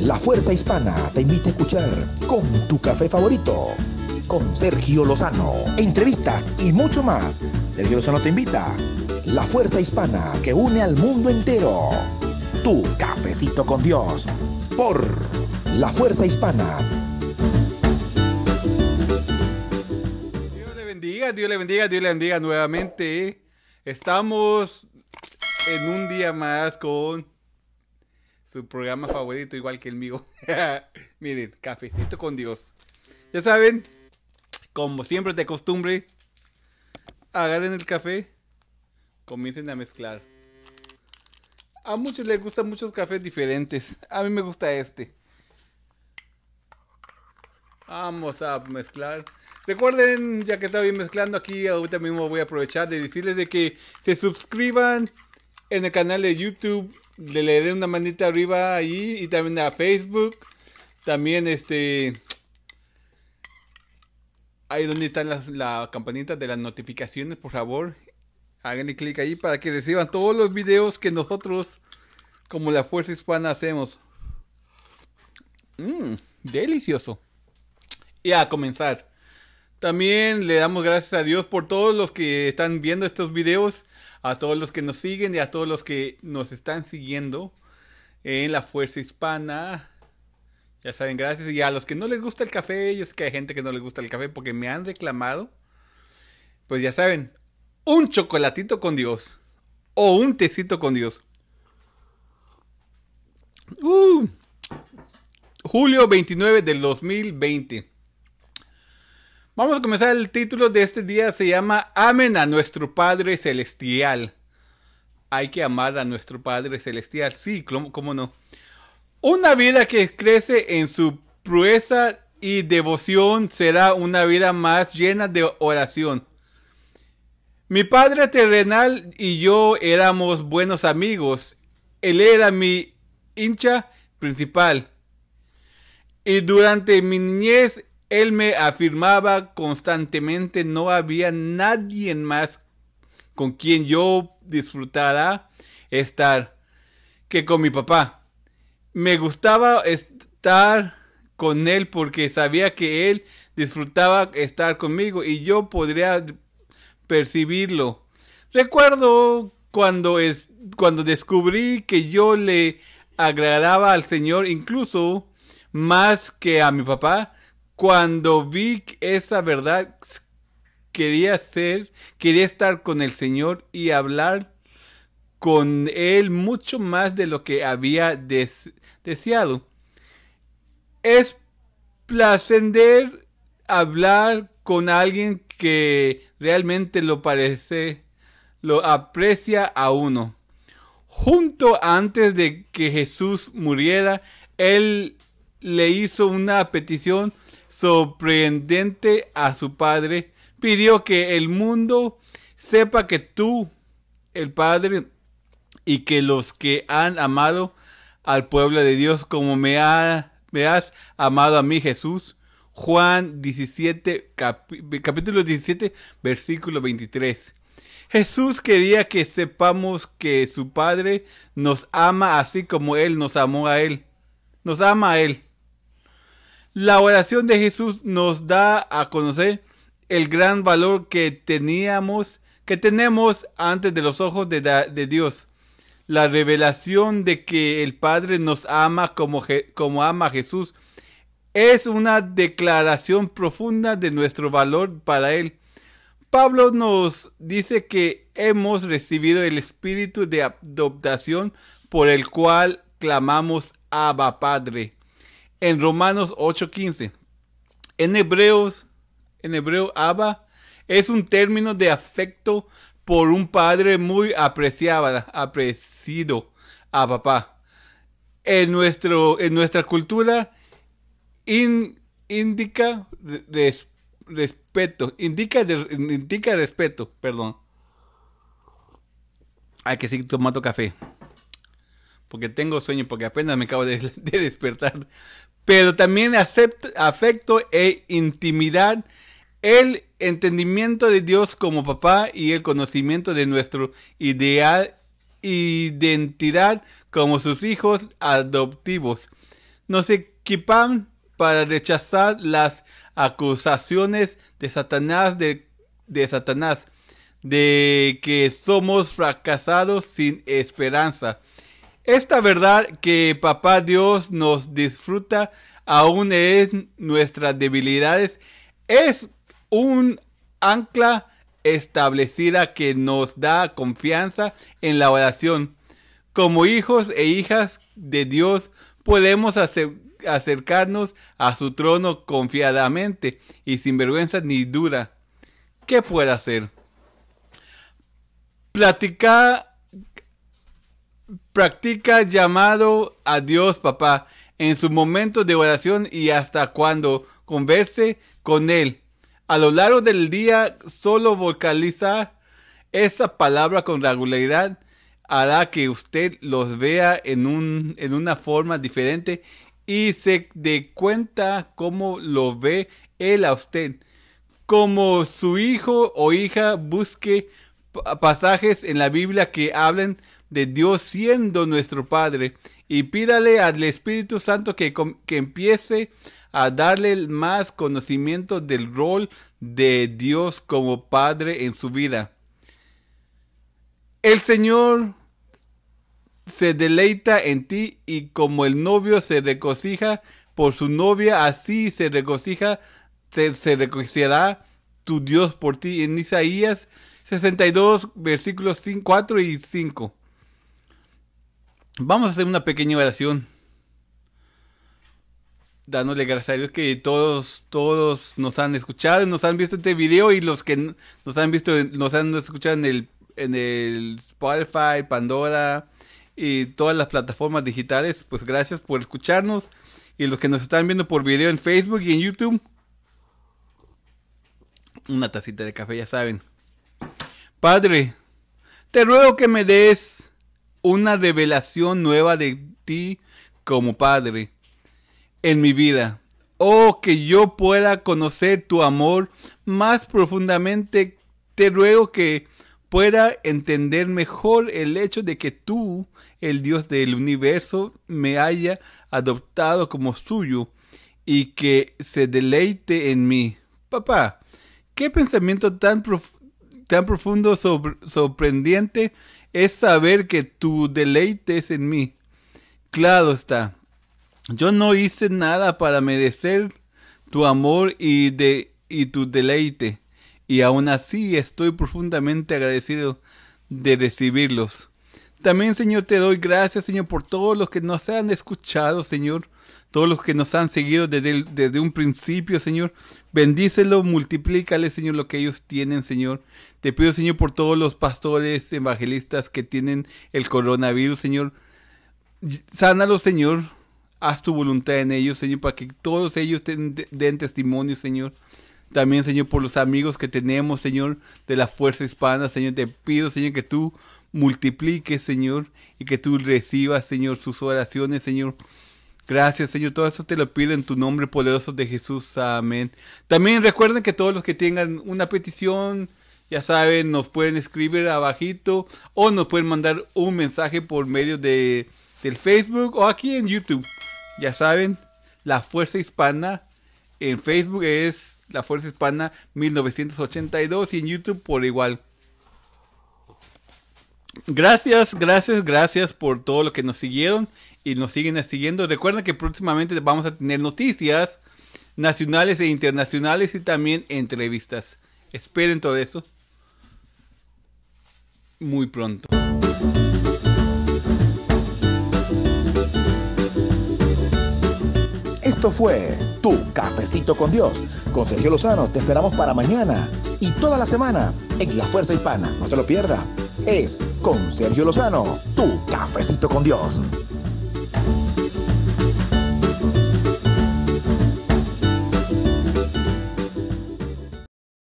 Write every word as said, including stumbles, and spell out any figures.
La Fuerza Hispana te invita a escuchar Con tu café favorito, con Sergio Lozano, entrevistas y mucho más. Sergio Lozano te invita. La Fuerza Hispana que une al mundo entero. Tu cafecito con Dios, por La Fuerza Hispana. Dios le bendiga, Dios le bendiga, Dios le bendiga nuevamente. Estamos en un día más con su programa favorito, igual que el mío. Miren, cafecito con Dios. Ya saben, como siempre de costumbre, agarren el café, comiencen a mezclar. A muchos les gustan muchos cafés diferentes. A mí me gusta este. Vamos a mezclar. Recuerden, ya que estoy mezclando aquí, ahorita mismo voy a aprovechar de decirles de que se suscriban en el canal de YouTube. Le, le den una manita arriba ahí. Y también a Facebook. También este... ahí donde está la, la campanita de las notificaciones, por favor. Háganle clic ahí para que reciban todos los videos que nosotros, como la Fuerza Hispana, hacemos. Mmm, delicioso. Y a comenzar. También le damos gracias a Dios por todos los que están viendo estos videos. A todos los que nos siguen y a todos los que nos están siguiendo en la Fuerza Hispana. Ya saben, gracias. Y a los que no les gusta el café, yo sé que hay gente que no les gusta el café porque me han reclamado. Pues ya saben, un chocolatito con Dios. O un tecito con Dios. Uh, julio veintinueve del dos mil veinte. Vamos a comenzar. El título de este día se llama Amen a nuestro Padre Celestial. Hay que amar a nuestro Padre Celestial. Sí, cómo, cómo no. Una vida que crece en su pureza y devoción será una vida más llena de oración. Mi padre terrenal y yo éramos buenos amigos. Él era mi hincha principal. Y durante mi niñez, él me afirmaba constantemente: no había nadie más con quien yo disfrutara estar que con mi papá. Me gustaba estar con él porque sabía que él disfrutaba estar conmigo y yo podría percibirlo. Recuerdo cuando, es, cuando descubrí que yo le agradaba al Señor incluso más que a mi papá. Cuando vi esa verdad, quería ser, quería estar con el Señor y hablar con Él mucho más de lo que había des- deseado. Es placentero hablar con alguien que realmente lo parece, lo aprecia a uno. Junto antes de que Jesús muriera, Él le hizo una petición sorprendente a su Padre. Pidió que el mundo sepa que tú, el Padre, y que los que han amado al pueblo de Dios como me, ha, me has amado a mí, Jesús. Juan diecisiete, capi, capítulo diecisiete, versículo veintitrés. Jesús quería que sepamos que su Padre nos ama así como Él nos amó a Él. Nos ama a Él. La oración de Jesús nos da a conocer el gran valor que teníamos, que tenemos ante de los ojos de, de Dios. La revelación de que el Padre nos ama como, como ama a Jesús es una declaración profunda de nuestro valor para Él. Pablo nos dice que hemos recibido el espíritu de adoptación por el cual clamamos Abba Padre. En Romanos ocho quince. En hebreos, en hebreo, Abba es un término de afecto por un padre muy apreciado, apreciado a papá. En, nuestro, en nuestra cultura in, indica res, respeto, indica, de, indica respeto, perdón. Hay que seguir tomando café. Porque tengo sueño, porque apenas me acabo de, de despertar. Pero también acepto, afecto e intimidad, el entendimiento de Dios como papá y el conocimiento de nuestro ideal identidad como sus hijos adoptivos. nos equipan para rechazar las acusaciones de Satanás, de, de Satanás, de que somos fracasados sin esperanza. Esta verdad que Papá Dios nos disfruta aún en nuestras debilidades es un ancla establecida que nos da confianza en la oración. Como hijos e hijas de Dios podemos hacer, acercarnos a su trono confiadamente y sin vergüenza ni duda. ¿Qué puede hacer? Platicar, practica llamado a Dios Papá en su momento de oración y hasta cuando converse con Él. A lo largo del día, solo vocalizar esa palabra con regularidad hará que usted los vea en, un, en una forma diferente y se dé cuenta cómo lo ve Él a usted. Como su hijo o hija, busque pasajes en la Biblia que hablen de Dios siendo nuestro Padre y pídale al Espíritu Santo que, que empiece a darle más conocimiento del rol de Dios como Padre en su vida. El Señor se deleita en ti y como el novio se regocija por su novia, así se regocija, se, se regocijará tu Dios por ti. En Isaías sesenta y dos, versículos cuatro y cinco. Vamos a hacer una pequeña oración, dándole gracias a Dios que todos, todos nos han escuchado, nos han visto este video y los que nos han visto, nos han escuchado en el, en el Spotify, Pandora y todas las plataformas digitales. Pues gracias por escucharnos, y los que nos están viendo por video en Facebook y en YouTube, una tacita de café, ya saben. Padre, te ruego que me des una revelación nueva de ti como Padre en mi vida. Oh, que yo pueda conocer tu amor más profundamente. Te ruego que pueda entender mejor el hecho de que tú, el Dios del universo, me haya adoptado como suyo y que se deleite en mí. Papá, qué pensamiento tan profundo, tan profundo, sobre, sorprendente es saber que tu deleite es en mí. Claro está, yo no hice nada para merecer tu amor y, de, y tu deleite, y aún así estoy profundamente agradecido de recibirlos. También, Señor, te doy gracias, Señor, por todos los que nos han escuchado, Señor, todos los que nos han seguido desde, el, desde un principio, Señor. Bendícelo, multiplícale, Señor, lo que ellos tienen, Señor. Te pido, Señor, por todos los pastores, evangelistas que tienen el coronavirus, Señor. Sánalos, Señor. Haz tu voluntad en ellos, Señor, para que todos ellos den, den testimonio, Señor. También, Señor, por los amigos que tenemos, Señor, de la Fuerza Hispana, Señor. Te pido, Señor, que tú multipliques, Señor, y que tú recibas, Señor, sus oraciones, Señor. Gracias, Señor. Todo eso te lo pido en tu nombre poderoso de Jesús. Amén. También recuerden que todos los que tengan una petición, ya saben, nos pueden escribir abajito o nos pueden mandar un mensaje por medio de, del Facebook o aquí en YouTube. Ya saben, La Fuerza Hispana en Facebook es La Fuerza Hispana mil novecientos ochenta y dos y en YouTube por igual. Gracias, gracias, gracias por todo lo que nos siguieron y nos siguen siguiendo. Recuerden que próximamente vamos a tener noticias nacionales e internacionales y también entrevistas. Esperen todo eso muy pronto. Esto fue Tu Cafecito con Dios. Con Sergio Lozano te esperamos para mañana y toda la semana en La Fuerza Hispana. No te lo pierdas. Es con Sergio Lozano, Tu Cafecito con Dios.